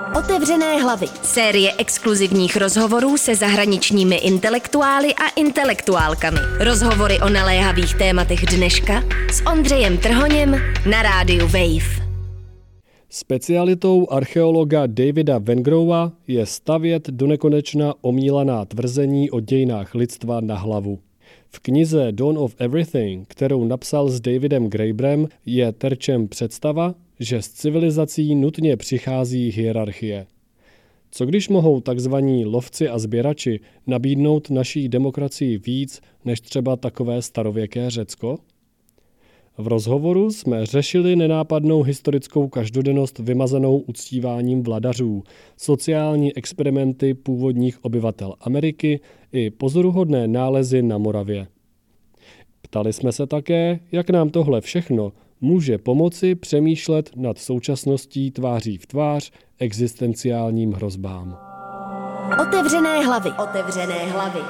Otevřené hlavy. Série exkluzivních rozhovorů se zahraničními intelektuály a intelektuálkami. Rozhovory o naléhavých tématech dneška s Ondřejem Trhoněm na rádiu Wave. Specialitou archeologa Davida Wengrowa je stavět donekonečna omílaná tvrzení o dějinách lidstva na hlavu. V knize Dawn of Everything, kterou napsal s Davidem Graeberem, je terčem představa, že s civilizací nutně přichází hierarchie. Co když mohou takzvaní lovci a sběrači nabídnout naší demokracii víc než třeba takové starověké Řecko? V rozhovoru jsme řešili nenápadnou historickou každodennost vymazanou uctíváním vladařů, sociální experimenty původních obyvatel Ameriky i pozoruhodné nálezy na Moravě. Ptali jsme se také, jak nám tohle všechno může pomoci přemýšlet nad současností tváří v tvář existenciálním hrozbám. Otevřené hlavy. Otevřené hlavy.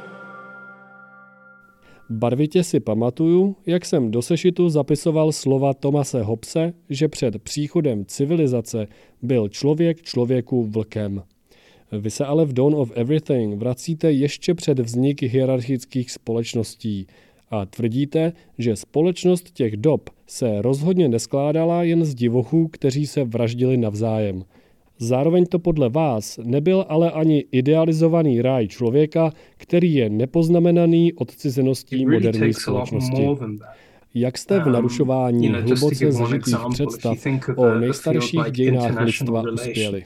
Barvitě si pamatuju, jak jsem do sešitu zapisoval slova Thomase Hobbese, že před příchodem civilizace byl člověk člověku vlkem. Vy se ale v Dawn of Everything vracíte ještě před vznik hierarchických společností a tvrdíte, že společnost těch dob se rozhodně neskládala jen z divochů, kteří se vraždili navzájem. Zároveň to podle vás nebyl ale ani idealizovaný ráj člověka, který je nepoznamenaný odcizeností moderní společnosti. Jak jste v narušování hluboce zažitých představ o nejstarších dějinách lidstva uspěli?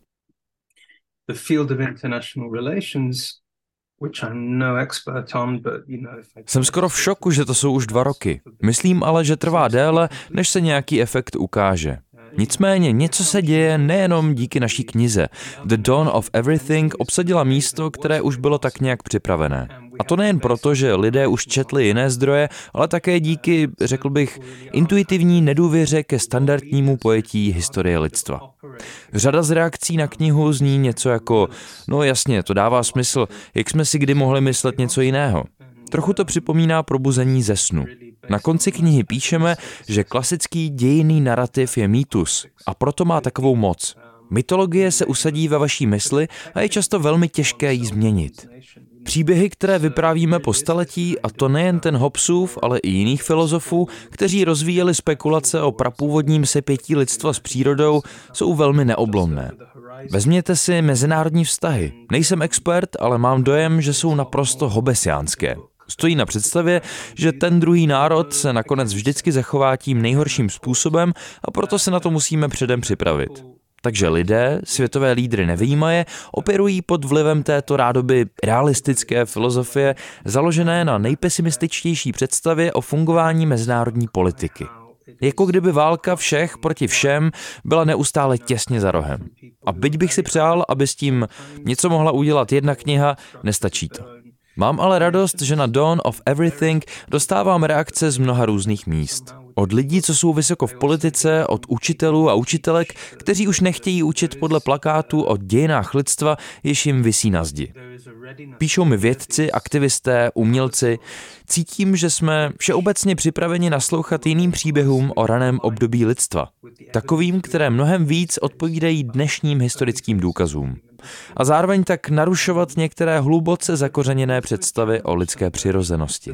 Jsem skoro v šoku, že to jsou už 2 roky. Myslím ale, že trvá déle, než se nějaký efekt ukáže. Nicméně něco se děje nejenom díky naší knize. The Dawn of Everything obsadila místo, které už bylo tak nějak připravené. A to nejen proto, že lidé už četli jiné zdroje, ale také díky, řekl bych, intuitivní nedůvěře ke standardnímu pojetí historie lidstva. Řada z reakcí na knihu zní něco jako, no jasně, to dává smysl, jak jsme si kdy mohli myslet něco jiného. Trochu to připomíná probuzení ze snu. Na konci knihy píšeme, že klasický dějinný narrativ je mýtus a proto má takovou moc. Mytologie se usadí ve vaší mysli a je často velmi těžké ji změnit. Příběhy, které vyprávíme po staletí, a to nejen ten Hobbesův, ale i jiných filozofů, kteří rozvíjeli spekulace o prapůvodním sepětí lidstva s přírodou, jsou velmi neoblomné. Vezměte si mezinárodní vztahy. Nejsem expert, ale mám dojem, že jsou naprosto hobbesiánské. Stojí na představě, že ten druhý národ se nakonec vždycky zachová tím nejhorším způsobem a proto se na to musíme předem připravit. Takže lidé, světové lídry nevyjímaje, operují pod vlivem této rádoby realistické filozofie založené na nejpesimističtější představě o fungování mezinárodní politiky. Jako kdyby válka všech proti všem byla neustále těsně za rohem. A byť bych si přál, aby s tím něco mohla udělat jedna kniha, nestačí to. Mám ale radost, že na Dawn of Everything dostávám reakce z mnoha různých míst. Od lidí, co jsou vysoko v politice, od učitelů a učitelek, kteří už nechtějí učit podle plakátů o dějinách lidstva, jež jim visí na zdi. Píšou mi vědci, aktivisté, umělci. Cítím, že jsme všeobecně připraveni naslouchat jiným příběhům o raném období lidstva. Takovým, které mnohem víc odpovídají dnešním historickým důkazům. A zároveň tak narušovat některé hluboce zakořeněné představy o lidské přirozenosti.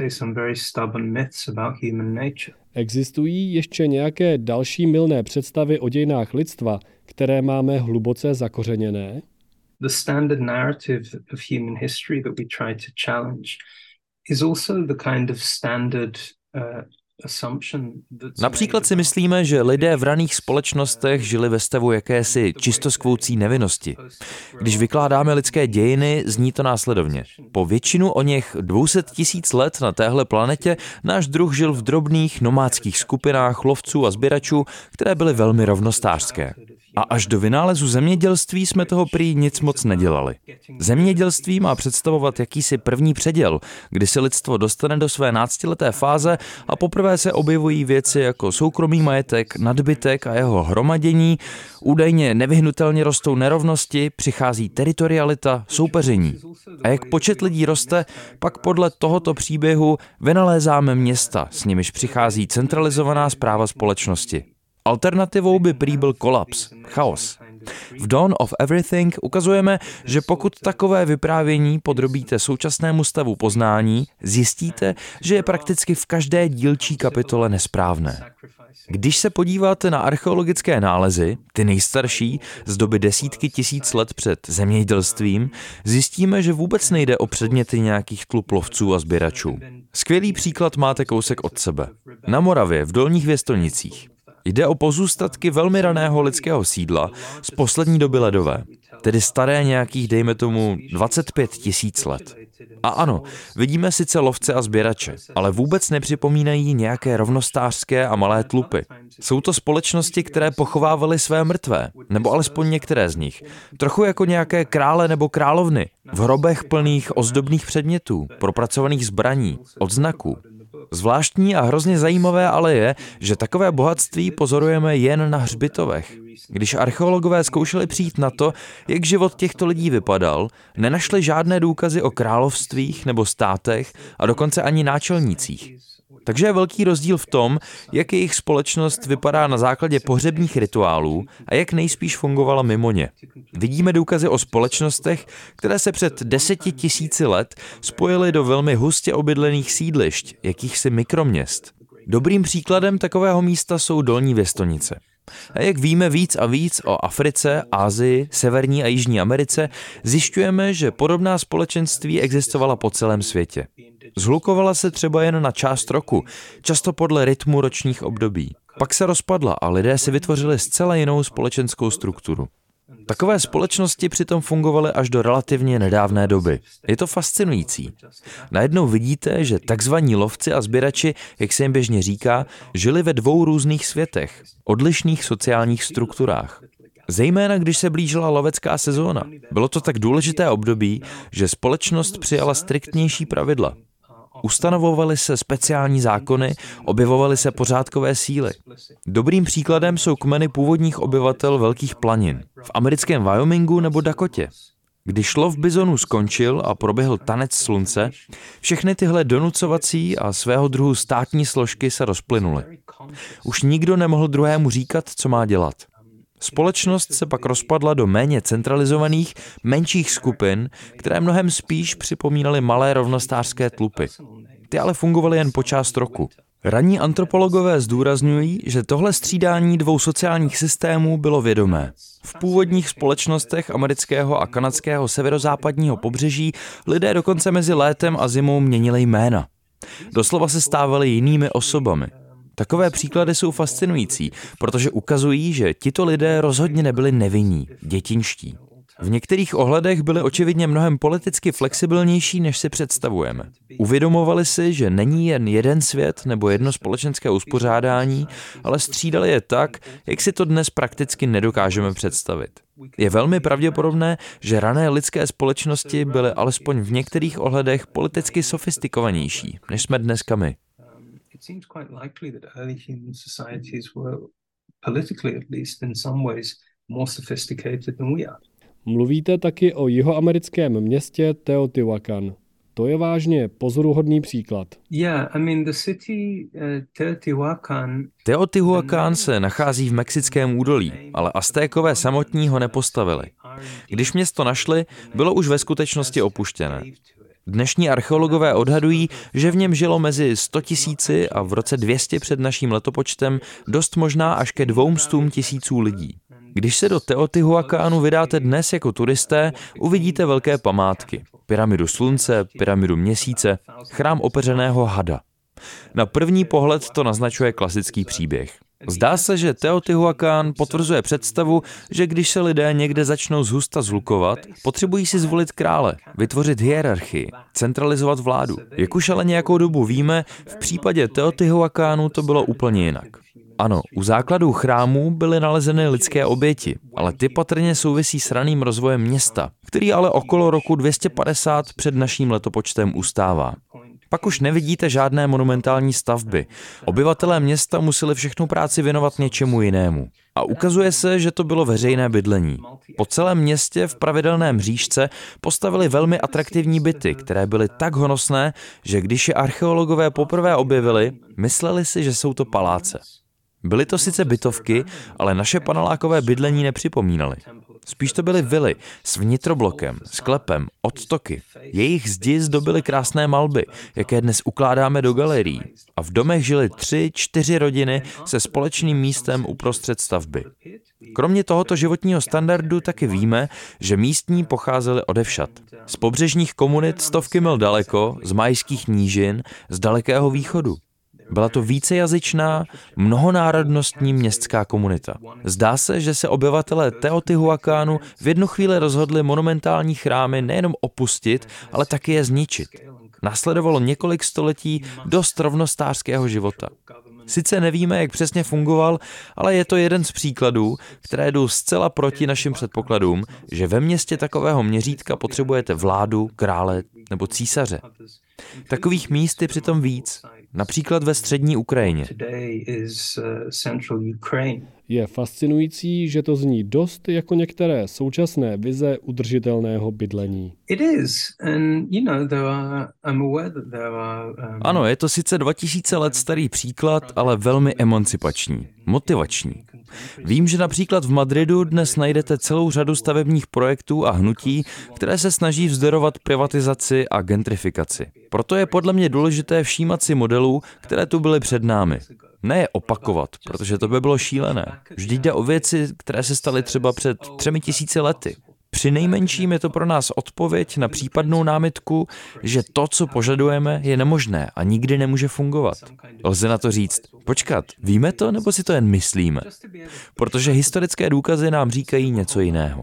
Existují ještě nějaké další mylné představy o dějinách lidstva, které máme hluboce zakořeněné? The standard narrative of human history that we try to challenge is also the kind of standard Například si myslíme, že lidé v raných společnostech žili ve stavu jakési čistoskvoucí nevinnosti. Když vykládáme lidské dějiny, zní to následovně. Po většinu o něch 200 000 let na téhle planetě náš druh žil v drobných nomádských skupinách lovců a sběračů, které byly velmi rovnostářské. A až do vynálezu zemědělství jsme toho prý nic moc nedělali. Zemědělství má představovat jakýsi první předěl, kdy se lidstvo dostane do své 12leté fáze a poprvé se objevují věci jako soukromý majetek, nadbytek a jeho hromadění, údajně nevyhnutelně rostou nerovnosti, přichází teritorialita, soupeření. A jak počet lidí roste, pak podle tohoto příběhu vynalézáme města, s nimiž přichází centralizovaná správa společnosti. Alternativou by prý byl kolaps, chaos. V Dawn of Everything ukazujeme, že pokud takové vyprávění podrobíte současnému stavu poznání, zjistíte, že je prakticky v každé dílčí kapitole nesprávné. Když se podíváte na archeologické nálezy, ty nejstarší, z doby desítky tisíc let před zemědělstvím, zjistíme, že vůbec nejde o předměty nějakých tlup lovců a sběračů. Skvělý příklad máte kousek od sebe. Na Moravě, v Dolních Věstonicích. Jde o pozůstatky velmi raného lidského sídla z poslední doby ledové, tedy staré nějakých, dejme tomu, 25 tisíc let. A ano, vidíme sice lovce a sběrače, ale vůbec nepřipomínají nějaké rovnostářské a malé tlupy. Jsou to společnosti, které pochovávaly své mrtvé, nebo alespoň některé z nich. Trochu jako nějaké krále nebo královny, v hrobech plných ozdobných předmětů, propracovaných zbraní, odznaků. Zvláštní a hrozně zajímavé ale je, že takové bohatství pozorujeme jen na hřbitovech. Když archeologové zkoušeli přijít na to, jak život těchto lidí vypadal, nenašli žádné důkazy o královstvích nebo státech a dokonce ani náčelnících. Takže je velký rozdíl v tom, jak jejich společnost vypadá na základě pohřebních rituálů a jak nejspíš fungovala mimo ně. Vidíme důkazy o společnostech, které se před 10 000 let spojily do velmi hustě obydlených sídlišť, jakýchsi mikroměst. Dobrým příkladem takového místa jsou Dolní Věstonice. A jak víme víc a víc o Africe, Asii, Severní a Jižní Americe, zjišťujeme, že podobná společenství existovala po celém světě. Zhlukovala se třeba jen na část roku, často podle rytmu ročních období. Pak se rozpadla a lidé si vytvořili zcela jinou společenskou strukturu. Takové společnosti přitom fungovaly až do relativně nedávné doby. Je to fascinující. Najednou vidíte, že takzvaní lovci a sběrači, jak se jim běžně říká, žili ve dvou různých světech, odlišných sociálních strukturách. Zejména když se blížila lovecká sezóna. Bylo to tak důležité období, že společnost přijala striktnější pravidla. Ustanovovaly se speciální zákony, objevovaly se pořádkové síly. Dobrým příkladem jsou kmeny původních obyvatel velkých planin, v americkém Wyomingu nebo Dakotě. Když lov bizonů skončil a proběhl tanec slunce, všechny tyhle donucovací a svého druhu státní složky se rozplynuly. Už nikdo nemohl druhému říkat, co má dělat. Společnost se pak rozpadla do méně centralizovaných, menších skupin, které mnohem spíš připomínaly malé rovnostářské tlupy. Ty ale fungovaly jen po část roku. Ranní antropologové zdůrazňují, že tohle střídání dvou sociálních systémů bylo vědomé. V původních společnostech amerického a kanadského severozápadního pobřeží lidé dokonce mezi létem a zimou měnili jména. Doslova se stávali jinými osobami. Takové příklady jsou fascinující, protože ukazují, že tito lidé rozhodně nebyli nevinní, dětinští. V některých ohledech byli očividně mnohem politicky flexibilnější, než si představujeme. Uvědomovali si, že není jen jeden svět nebo jedno společenské uspořádání, ale střídali je tak, jak si to dnes prakticky nedokážeme představit. Je velmi pravděpodobné, že rané lidské společnosti byly alespoň v některých ohledech politicky sofistikovanější, než jsme dneska my. It seems quite likely that early human societies were, politically at least in some ways, more sophisticated than we are. Mluvíte taky o jihoamerickém městě Teotihuacan. To je vážně pozoruhodný příklad. The city Teotihuacan. Teotihuacan se nachází v Mexickém údolí, ale Aztékové samotní ho nepostavili. Když město našli, bylo už ve skutečnosti opuštěné. Dnešní archeologové odhadují, že v něm žilo mezi 100 000 a v roce 200 před naším letopočtem dost možná až ke 200 000 lidí. Když se do Teotihuacanu vydáte dnes jako turisté, uvidíte velké památky. Pyramidu slunce, pyramidu měsíce, chrám opeřeného hada. Na první pohled to naznačuje klasický příběh. Zdá se, že Teotihuacan potvrzuje představu, že když se lidé někde začnou zhusta zhlukovat, potřebují si zvolit krále, vytvořit hierarchii, centralizovat vládu. Jak už ale nějakou dobu víme, v případě Teotihuacanu to bylo úplně jinak. Ano, u základů chrámů byly nalezeny lidské oběti, ale ty patrně souvisí s raným rozvojem města, který ale okolo roku 250 před naším letopočtem ustává. Pak už nevidíte žádné monumentální stavby. Obyvatelé města museli všechnu práci věnovat něčemu jinému. A ukazuje se, že to bylo veřejné bydlení. Po celém městě v pravidelném říšce postavili velmi atraktivní byty, které byly tak honosné, že když je archeologové poprvé objevili, mysleli si, že jsou to paláce. Byly to sice bytovky, ale naše panelákové bydlení nepřipomínaly. Spíš to byly vily s vnitroblokem, sklepem, odtoky. Jejich zdi zdobily krásné malby, jaké dnes ukládáme do galerií. A v domech žily 3-4 rodiny se společným místem uprostřed stavby. Kromě tohoto životního standardu taky víme, že místní pocházeli odevšad. Z pobřežních komunit stovky mil daleko, z majských nížin, z dalekého východu. Byla to vícejazyčná, mnohonárodnostní městská komunita. Zdá se, že se obyvatelé Teotihuacánu v jednu chvíli rozhodli monumentální chrámy nejenom opustit, ale taky je zničit. Následovalo několik století dost rovnostářského života. Sice nevíme, jak přesně fungoval, ale je to jeden z příkladů, které jdou zcela proti našim předpokladům, že ve městě takového měřítka potřebujete vládu, krále nebo císaře. Takových míst je přitom víc, například ve střední Ukrajině. Je fascinující, že to zní dost jako některé současné vize udržitelného bydlení. Ano, je to sice 2000 let starý příklad, ale velmi emancipační, motivační. Vím, že například v Madridu dnes najdete celou řadu stavebních projektů a hnutí, které se snaží vzdorovat privatizaci a gentrifikaci. Proto je podle mě důležité všímat si modelů, které tu byly před námi. Ne je opakovat, protože to by bylo šílené. Vždyť jde o věci, které se staly třeba před 3000 lety. Přinejmenším je to pro nás odpověď na případnou námitku, že to, co požadujeme, je nemožné a nikdy nemůže fungovat. Lze na to říct, počkat, víme to, nebo si to jen myslíme? Protože historické důkazy nám říkají něco jiného.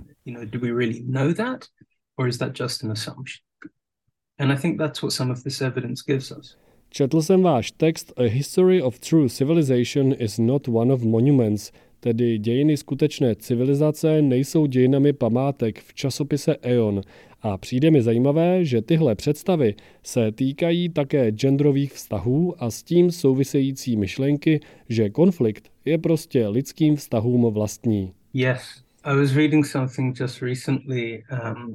Četl jsem váš text A History of True Civilization is not one of monuments, tedy dějiny skutečné civilizace nejsou dějinami památek v časopise Aeon. A přijde mi zajímavé, že tyhle představy se týkají také genderových vztahů a s tím související myšlenky, že konflikt je prostě lidským vztahům vlastní. Yes, I was reading something just recently,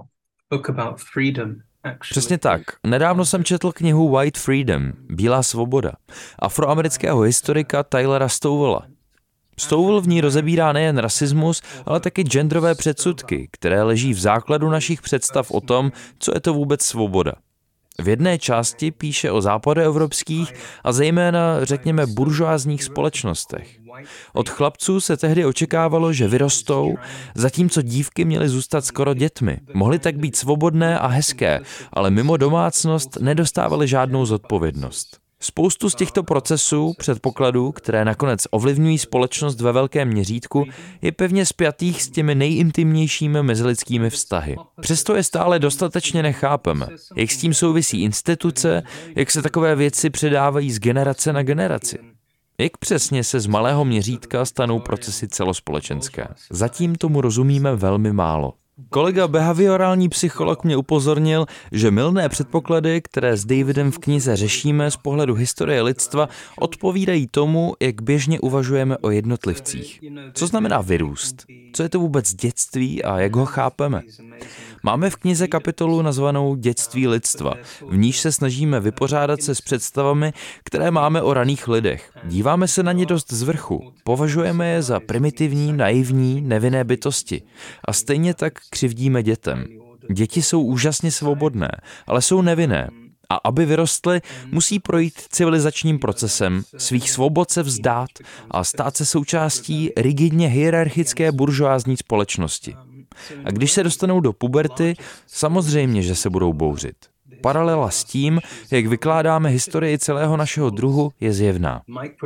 book about freedom. Přesně tak. Nedávno jsem četl knihu White Freedom, Bílá svoboda, afroamerického historika Tylera Stovella. Stovell v ní rozebírá nejen rasismus, ale taky genderové předsudky, které leží v základu našich představ o tom, co je to vůbec svoboda. V jedné části píše o západoevropských a zejména, řekněme, buržoázních společnostech. Od chlapců se tehdy očekávalo, že vyrostou, zatímco dívky měly zůstat skoro dětmi. Mohly tak být svobodné a hezké, ale mimo domácnost nedostávaly žádnou zodpovědnost. Spoustu z těchto procesů, předpokladů, které nakonec ovlivňují společnost ve velkém měřítku, je pevně spjatých s těmi nejintimnějšími mezilidskými vztahy. Přesto je stále dostatečně nechápeme. Jak s tím souvisí instituce, jak se takové věci předávají z generace na generaci. Jak přesně se z malého měřítka stanou procesy celospolečenské. Zatím tomu rozumíme velmi málo. Kolega behaviorální psycholog mě upozornil, že mylné předpoklady, které s Davidem v knize řešíme z pohledu historie lidstva, odpovídají tomu, jak běžně uvažujeme o jednotlivcích. Co znamená vyrůst? Co je to vůbec dětství a jak ho chápeme? Máme v knize kapitolu nazvanou Dětství lidstva, v níž se snažíme vypořádat se s představami, které máme o raných lidech. Díváme se na ně dost zvrchu, považujeme je za primitivní, naivní, nevinné bytosti a stejně tak křivdíme dětem. Děti jsou úžasně svobodné, ale jsou nevinné. A aby vyrostly, musí projít civilizačním procesem, svých svobod se vzdát a stát se součástí rigidně hierarchické buržoázní společnosti. A když se dostanou do puberty, samozřejmě, že se budou bouřit. Paralela s tím, jak vykládáme historii celého našeho druhu, je zjevná.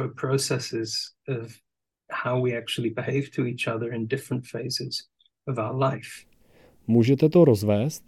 Můžete to rozvést?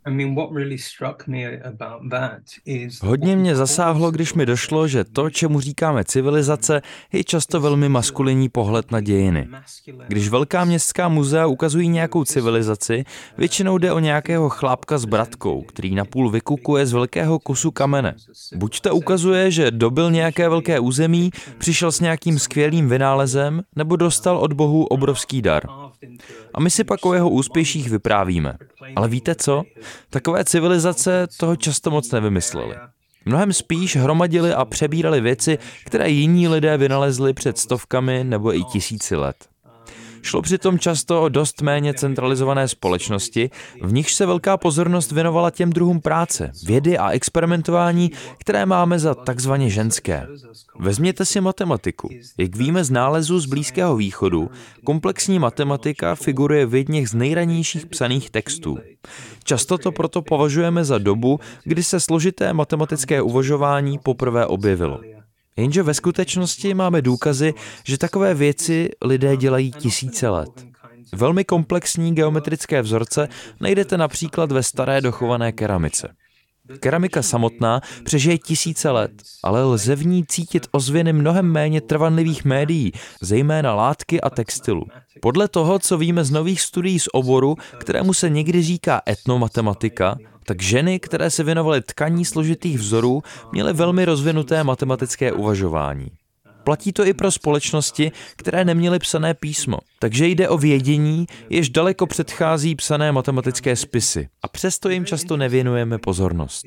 Hodně mě zasáhlo, když mi došlo, že to, čemu říkáme civilizace, je často velmi maskulinní pohled na dějiny. Když velká městská muzea ukazují nějakou civilizaci, většinou jde o nějakého chlápka s bratkou, který napůl vykukuje z velkého kusu kamene. Buď to ukazuje, že dobyl nějaké velké území, přišel s nějakým skvělým vynálezem, nebo dostal od bohů obrovský dar. A my si pak o jeho úspěších vyprávíme. Ale víte co? Takové civilizace toho často moc nevymysleli. Mnohem spíš hromadili a přebírali věci, které jiní lidé vynalezli před stovkami nebo i 1000 let. Šlo přitom často o dost méně centralizované společnosti, v nichž se velká pozornost věnovala těm druhům práce, vědy a experimentování, které máme za takzvaně ženské. Vezměte si matematiku. Jak víme z nálezů z Blízkého východu, komplexní matematika figuruje v jedněch z nejranějších psaných textů. Často to proto považujeme za dobu, kdy se složité matematické uvažování poprvé objevilo. Jenže ve skutečnosti máme důkazy, že takové věci lidé dělají tisíce let. Velmi komplexní geometrické vzorce najdete například ve staré dochované keramice. Keramika samotná přežije tisíce let, ale lze v ní cítit ozvěny mnohem méně trvanlivých médií, zejména látky a textilu. Podle toho, co víme z nových studií z oboru, kterému se někdy říká etnomatematika, tak ženy, které se věnovaly tkaní složitých vzorů, měly velmi rozvinuté matematické uvažování. Platí to i pro společnosti, které neměly psané písmo. Takže jde o vědění, jež daleko předchází psané matematické spisy. A přesto jim často nevěnujeme pozornost.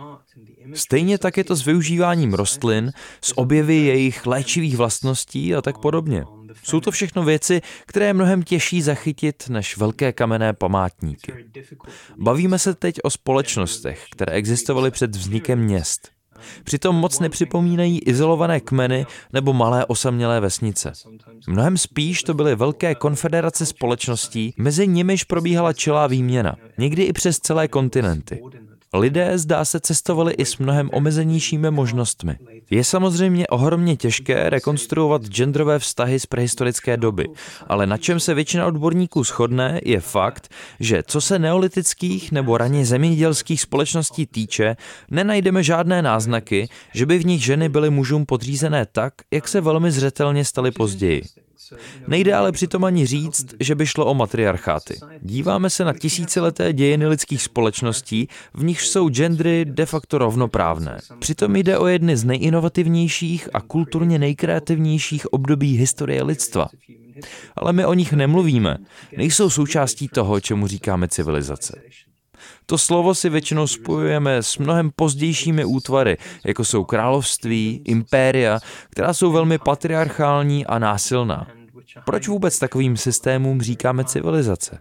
Stejně tak je to s využíváním rostlin, s objevy jejich léčivých vlastností a tak podobně. Jsou to všechno věci, které je mnohem těžší zachytit než velké kamenné památníky. Bavíme se teď o společnostech, které existovaly před vznikem měst. Přitom moc nepřipomínají izolované kmeny nebo malé osamělé vesnice. Mnohem spíš to byly velké konfederace společností, mezi nimiž probíhala čilá výměna, někdy i přes celé kontinenty. Lidé, zdá se, cestovali i s mnohem omezenějšími možnostmi. Je samozřejmě ohromně těžké rekonstruovat genderové vztahy z prehistorické doby, ale na čem se většina odborníků shodne, je fakt, že co se neolitických nebo raně zemědělských společností týče, nenajdeme žádné náznaky, že by v nich ženy byly mužům podřízené tak, jak se velmi zřetelně staly později. Nejde ale přitom ani říct, že by šlo o matriarcháty. Díváme se na tisícileté dějiny lidských společností, v nichž jsou gendry de facto rovnoprávné. Přitom jde o jedny z nejinovativnějších a kulturně nejkreativnějších období historie lidstva. Ale my o nich nemluvíme, nejsou součástí toho, čemu říkáme civilizace. To slovo si většinou spojujeme s mnohem pozdějšími útvary, jako jsou království, impéria, která jsou velmi patriarchální a násilná. Proč vůbec takovým systémům říkáme civilizace?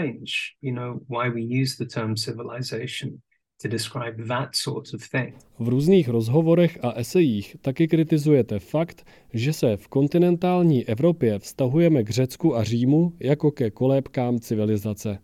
V různých rozhovorech a esejích taky kritizujete fakt, že se v kontinentální Evropě vztahujeme k Řecku a Římu jako ke kolébkám civilizace.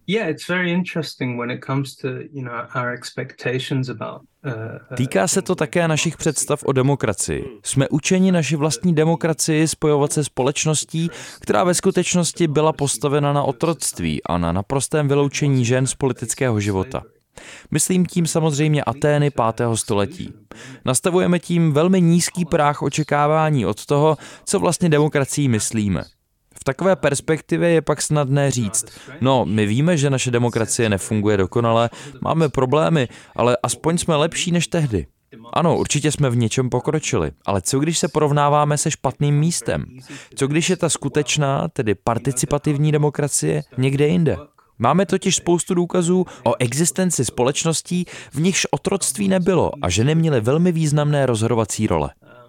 Týká se to také našich představ o demokracii. Jsme učeni naši vlastní demokracii spojovat se společností, která ve skutečnosti byla postavena na otroctví a na naprostém vyloučení žen z politického života. Myslím tím samozřejmě Atény 5. století. Nastavujeme tím velmi nízký práh očekávání od toho, co vlastně demokracií myslíme. V takové perspektivě je pak snadné říct, no, my víme, že naše demokracie nefunguje dokonale, máme problémy, ale aspoň jsme lepší než tehdy. Ano, určitě jsme v něčem pokročili, ale co když se porovnáváme se špatným místem? Co když je ta skutečná, tedy participativní demokracie někde jinde? Máme totiž spoustu důkazů o existenci společností, v nichž otroctví nebylo a ženy měly velmi významné rozhodovací role.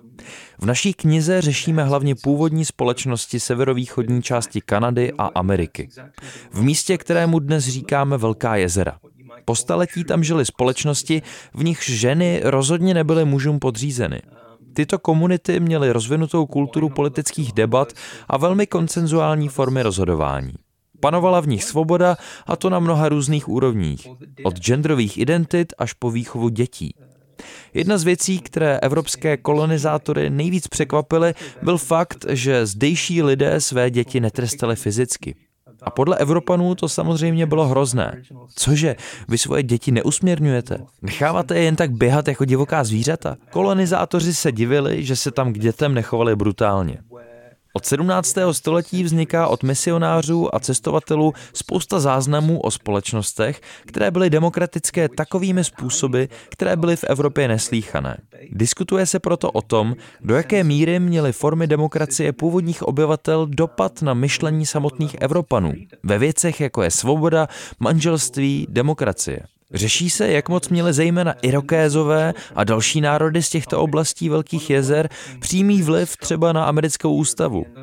V naší knize řešíme hlavně původní společnosti severovýchodní části Kanady a Ameriky. V místě, kterému dnes říkáme Velká jezera. Po staletí tam žily společnosti, v nichž ženy rozhodně nebyly mužům podřízeny. Tyto komunity měly rozvinutou kulturu politických debat a velmi konsenzuální formy rozhodování. Panovala v nich svoboda, a to na mnoha různých úrovních, od genderových identit až po výchovu dětí. Jedna z věcí, které evropské kolonizátory nejvíc překvapily, byl fakt, že zdejší lidé své děti netrestali fyzicky. A podle Evropanů to samozřejmě bylo hrozné. Cože, vy svoje děti neusměrňujete? Necháváte je jen tak běhat jako divoká zvířata? Kolonizátoři se divili, že se tam k dětem nechovali brutálně. Od 17. století vzniká od misionářů a cestovatelů spousta záznamů o společnostech, které byly demokratické takovými způsoby, které byly v Evropě neslýchané. Diskutuje se proto o tom, do jaké míry měly formy demokracie původních obyvatel dopad na myšlení samotných Evropanů, ve věcech jako je svoboda, manželství, demokracie. Řeší se, jak moc měly zejména Irokézové a další národy z těchto oblastí Velkých jezer přímý vliv třeba na americkou ústavu.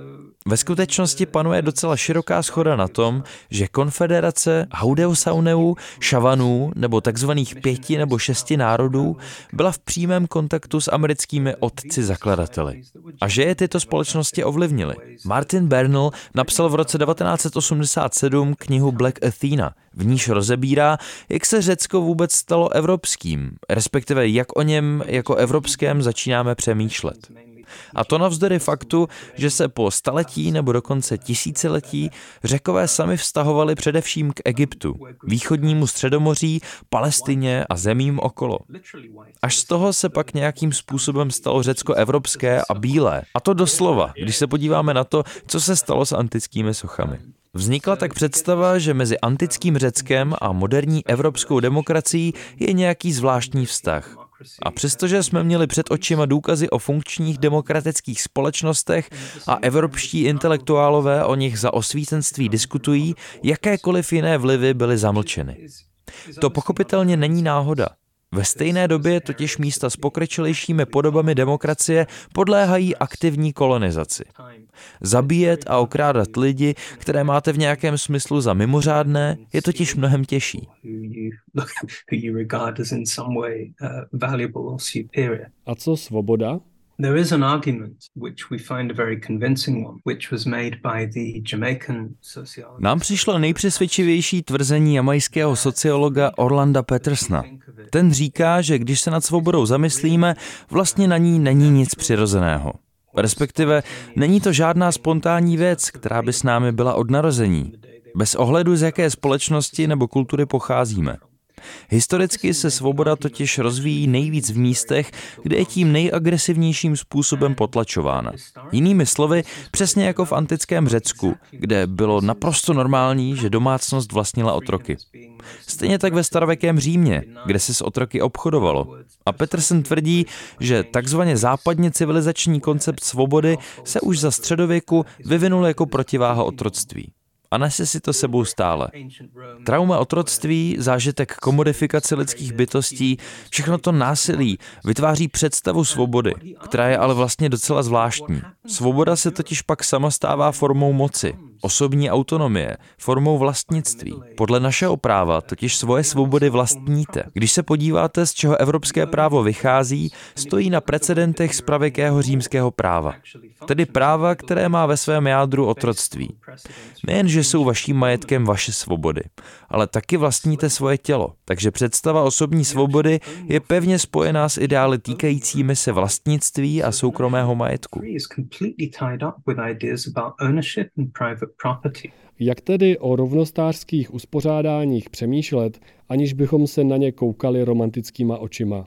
Ve skutečnosti panuje docela široká shoda na tom, že konfederace Haudenosaunee, Šavanů nebo takzvaných 5 nebo 6 národů byla v přímém kontaktu s americkými otci zakladateli a že je tyto společnosti ovlivnily. Martin Bernal napsal v roce 1987 knihu Black Athena, v níž rozebírá, jak se Řecko vůbec stalo evropským, respektive jak o něm jako evropském začínáme přemýšlet. A to navzdory faktu, že se po staletí nebo dokonce tisíciletí Řekové sami vztahovali především k Egyptu, východnímu Středomoří, Palestině a zemím okolo. Až z toho se pak nějakým způsobem stalo Řecko evropské a bílé. A to doslova, když se podíváme na to, co se stalo s antickými sochami. Vznikla tak představa, že mezi antickým Řeckem a moderní evropskou demokracií je nějaký zvláštní vztah. A přestože jsme měli před očima důkazy o funkčních demokratických společnostech a evropští intelektuálové o nich za osvícenství diskutují, jakékoliv jiné vlivy byly zamlčeny. To pochopitelně není náhoda. Ve stejné době totiž místa s pokročilejšími podobami demokracie podléhají aktivní kolonizaci. Zabíjet a okrádat lidi, které máte v nějakém smyslu za mimořádné, je totiž mnohem těžší. A co svoboda? There is an argument which we find a very convincing one, which was made by the Jamaican sociologist. Nám přišlo nejpřesvědčivější tvrzení jamajského sociologa Orlanda Petersona. Ten říká, že když se nad svobodou zamyslíme, vlastně na ní není nic přirozeného. Respektive není to žádná spontánní věc, která by s námi byla od narození, bez ohledu z jaké společnosti nebo kultury pocházíme. Historicky se svoboda totiž rozvíjí nejvíc v místech, kde je tím nejagresivnějším způsobem potlačována. Jinými slovy, přesně jako v antickém Řecku, kde bylo naprosto normální, že domácnost vlastnila otroky. Stejně tak ve starověkém Římě, kde se s otroky obchodovalo. A Peterson tvrdí, že takzvaně západně civilizační koncept svobody se už za středověku vyvinul jako protiváha otroctví. A nese si to sebou stále. Trauma otroctví, zážitek komodifikace lidských bytostí, všechno to násilí vytváří představu svobody, která je ale vlastně docela zvláštní. Svoboda se totiž pak sama stává formou moci, osobní autonomie, formou vlastnictví. Podle našeho práva totiž svoje svobody vlastníte. Když se podíváte, z čeho evropské právo vychází, stojí na precedentech z pravěkého římského práva. Tedy práva, které má ve svém jádru otroctví. Nejen, že jsou vaším majetkem vaše svobody, ale taky vlastníte svoje tělo. Takže představa osobní svobody je pevně spojená s ideály týkajícími se vlastnictví a soukromého majetku. Jak tedy o rovnostářských uspořádáních přemýšlet, aniž bychom se na ně koukali romantickýma očima?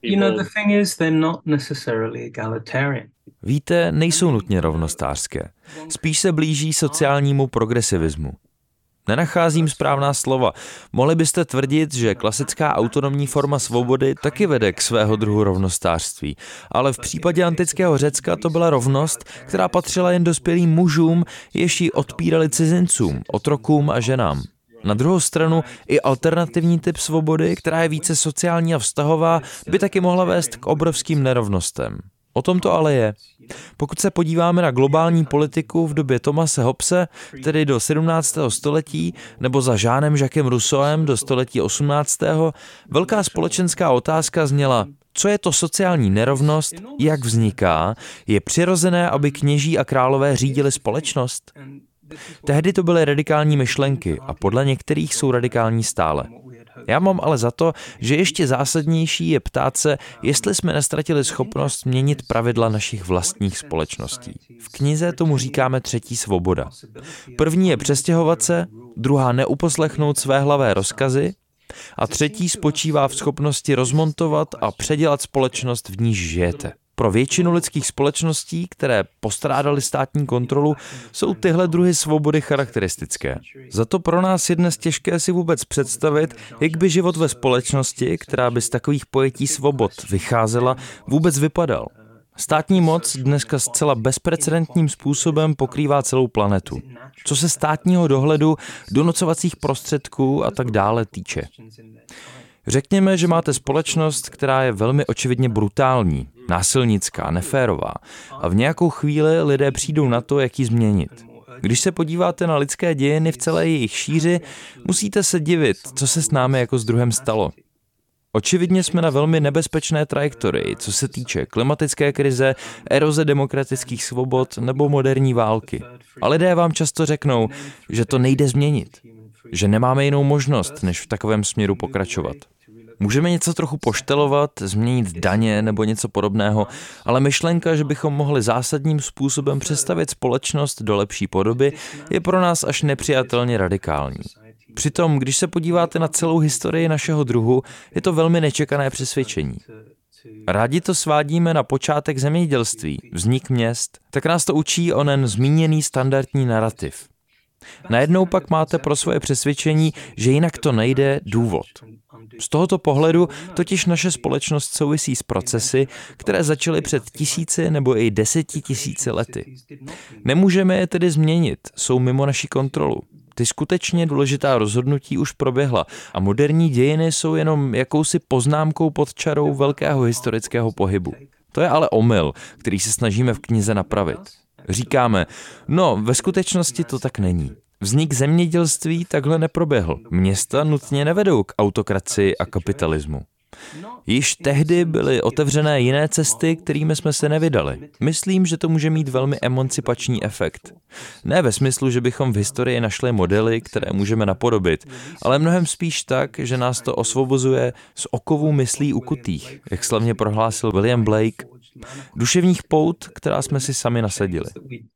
Víte, nejsou nutně rovnostářské. Spíš se blíží sociálnímu progresivismu. Nenacházím správná slova. Mohli byste tvrdit, že klasická autonomní forma svobody taky vede k svého druhu rovnostářství. Ale v případě antického Řecka to byla rovnost, která patřila jen dospělým mužům, jež ji odpírali cizincům, otrokům a ženám. Na druhou stranu i alternativní typ svobody, která je více sociální a vztahová, by taky mohla vést k obrovským nerovnostem. O tom to ale je. Pokud se podíváme na globální politiku v době Thomase Hobbese, tedy do 17. století, nebo za Jeanem Jacquesem Rousseauem do století 18., velká společenská otázka zněla, co je to sociální nerovnost, jak vzniká, je přirozené, aby kněží a králové řídili společnost? Tehdy to byly radikální myšlenky a podle některých jsou radikální stále. Já mám ale za to, že ještě zásadnější je ptát se, jestli jsme neztratili schopnost měnit pravidla našich vlastních společností. V knize tomu říkáme třetí svoboda. První je přestěhovat se, druhá neuposlechnout svéhlavé rozkazy a třetí spočívá v schopnosti rozmontovat a předělat společnost, v níž žijete. Pro většinu lidských společností, které postrádaly státní kontrolu, jsou tyhle druhy svobody charakteristické. Za to pro nás je dnes těžké si vůbec představit, jak by život ve společnosti, která by z takových pojetí svobod vycházela, vůbec vypadal. Státní moc dneska zcela bezprecedentním způsobem pokrývá celou planetu. Co se státního dohledu, donocovacích prostředků a tak dále týče. Řekněme, že máte společnost, která je velmi očividně brutální, násilnická, neférová a v nějakou chvíli lidé přijdou na to, jak ji změnit. Když se podíváte na lidské dějiny v celé jejich šíři, musíte se divit, co se s námi jako s druhem stalo. Očividně jsme na velmi nebezpečné trajektorii, co se týče klimatické krize, eroze demokratických svobod nebo moderní války. A lidé vám často řeknou, že to nejde změnit, že nemáme jinou možnost, než v takovém směru pokračovat. Můžeme něco trochu poštelovat, změnit daně nebo něco podobného, ale myšlenka, že bychom mohli zásadním způsobem přestavět společnost do lepší podoby, je pro nás až nepřijatelně radikální. Přitom, když se podíváte na celou historii našeho druhu, je to velmi nečekané přesvědčení. Rádi to svádíme na počátek zemědělství, vznik měst, tak nás to učí onen zmíněný standardní narrativ. Najednou pak máte pro svoje přesvědčení, že jinak to nejde, důvod. Z tohoto pohledu totiž naše společnost souvisí s procesy, které začaly před 1000 nebo i 10 000 lety. Nemůžeme je tedy změnit, jsou mimo naši kontrolu. Ty skutečně důležitá rozhodnutí už proběhla a moderní dějiny jsou jenom jakousi poznámkou pod čarou velkého historického pohybu. To je ale omyl, který se snažíme v knize napravit. Říkáme, no ve skutečnosti to tak není. Vznik zemědělství takhle neproběhl. Města nutně nevedou k autokracii a kapitalismu. Již tehdy byly otevřené jiné cesty, kterými jsme se nevydali. Myslím, že to může mít velmi emancipační efekt. Ne ve smyslu, že bychom v historii našli modely, které můžeme napodobit, ale mnohem spíš tak, že nás to osvobozuje z okovů myslí ukutých, jak slavně prohlásil William Blake, duševních pout, která jsme si sami nasadili.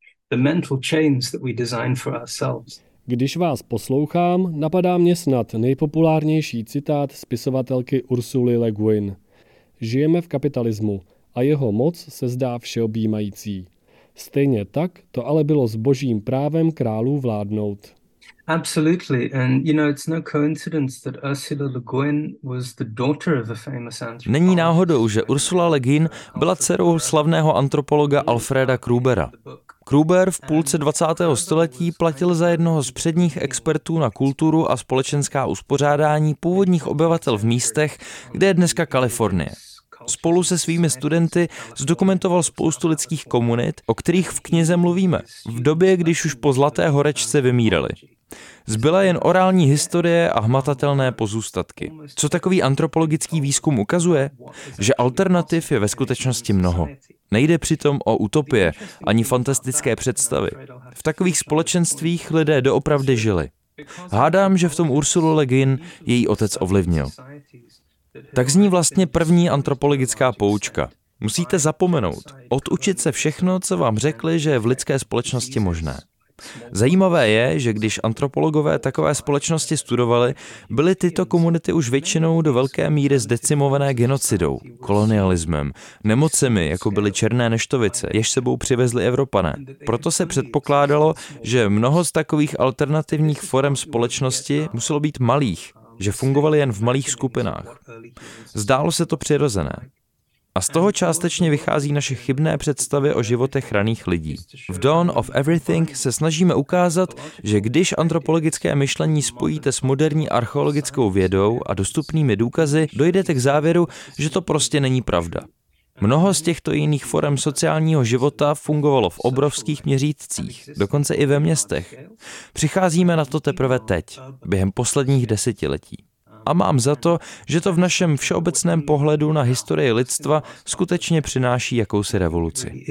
Když vás poslouchám, napadá mě snad nejpopulárnější citát spisovatelky Ursuly Le Guin. Žijeme v kapitalismu a jeho moc se zdá všeobjímající. Stejně tak to ale bylo s božím právem králů vládnout. Absolutely, and it's no coincidence that Ursula Le Guin was the daughter of a famous anthropologist. Není náhodou, že Ursula Le Guin byla dcerou slavného antropologa Alfreda Krubera. Kruber v půlce 20. století platil za jednoho z předních expertů na kulturu a společenská uspořádání původních obyvatel v místech, kde je dneska Kalifornie. Spolu se svými studenty zdokumentoval spoustu lidských komunit, o kterých v knize mluvíme, v době, když už po Zlaté horečce vymíraly. Zbyla jen orální historie a hmatatelné pozůstatky. Co takový antropologický výzkum ukazuje? Že alternativ je ve skutečnosti mnoho. Nejde přitom o utopie ani fantastické představy. V takových společenstvích lidé doopravdy žili. Hádám, že v tom Ursulu Le Guin její otec ovlivnil. Tak zní vlastně první antropologická poučka. Musíte zapomenout, odučit se všechno, co vám řekli, že je v lidské společnosti možné. Zajímavé je, že když antropologové takové společnosti studovali, byly tyto komunity už většinou do velké míry zdecimované genocidou, kolonialismem, nemocemi, jako byly černé neštovice, jež sebou přivezli Evropané. Proto se předpokládalo, že mnoho z takových alternativních forem společnosti muselo být malých, že fungovaly jen v malých skupinách. Zdálo se to přirozené. A z toho částečně vychází naše chybné představy o životech raných lidí. V Dawn of Everything se snažíme ukázat, že když antropologické myšlení spojíte s moderní archeologickou vědou a dostupnými důkazy, dojdete k závěru, že to prostě není pravda. Mnoho z těchto jiných forem sociálního života fungovalo v obrovských měřítcích, dokonce i ve městech. Přicházíme na to teprve teď, během posledních desetiletí. A mám za to, že to v našem všeobecném pohledu na historii lidstva skutečně přináší jakousi revoluci.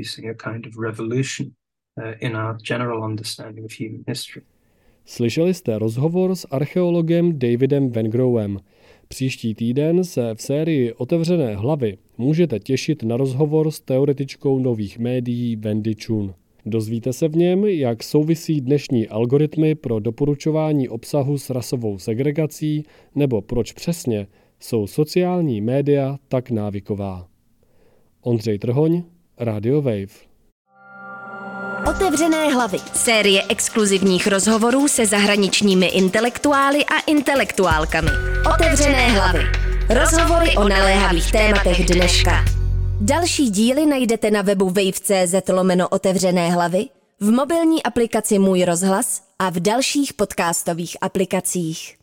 Slyšeli jste rozhovor s archeologem Davidem Wengrowem. Příští týden se v sérii Otevřené hlavy můžete těšit na rozhovor s teoretičkou nových médií Wendy Chun. Dozvíte se v něm, jak souvisí dnešní algoritmy pro doporučování obsahu s rasovou segregací, nebo proč přesně jsou sociální média tak návyková. Ondřej Trhoň, Radio Wave. Otevřené hlavy. Série exkluzivních rozhovorů se zahraničními intelektuály a intelektuálkami. Otevřené hlavy. Rozhovory o naléhavých tématech dneška. Další díly najdete na webu wave.cz/otevřené hlavy, v mobilní aplikaci Můj rozhlas a v dalších podcastových aplikacích.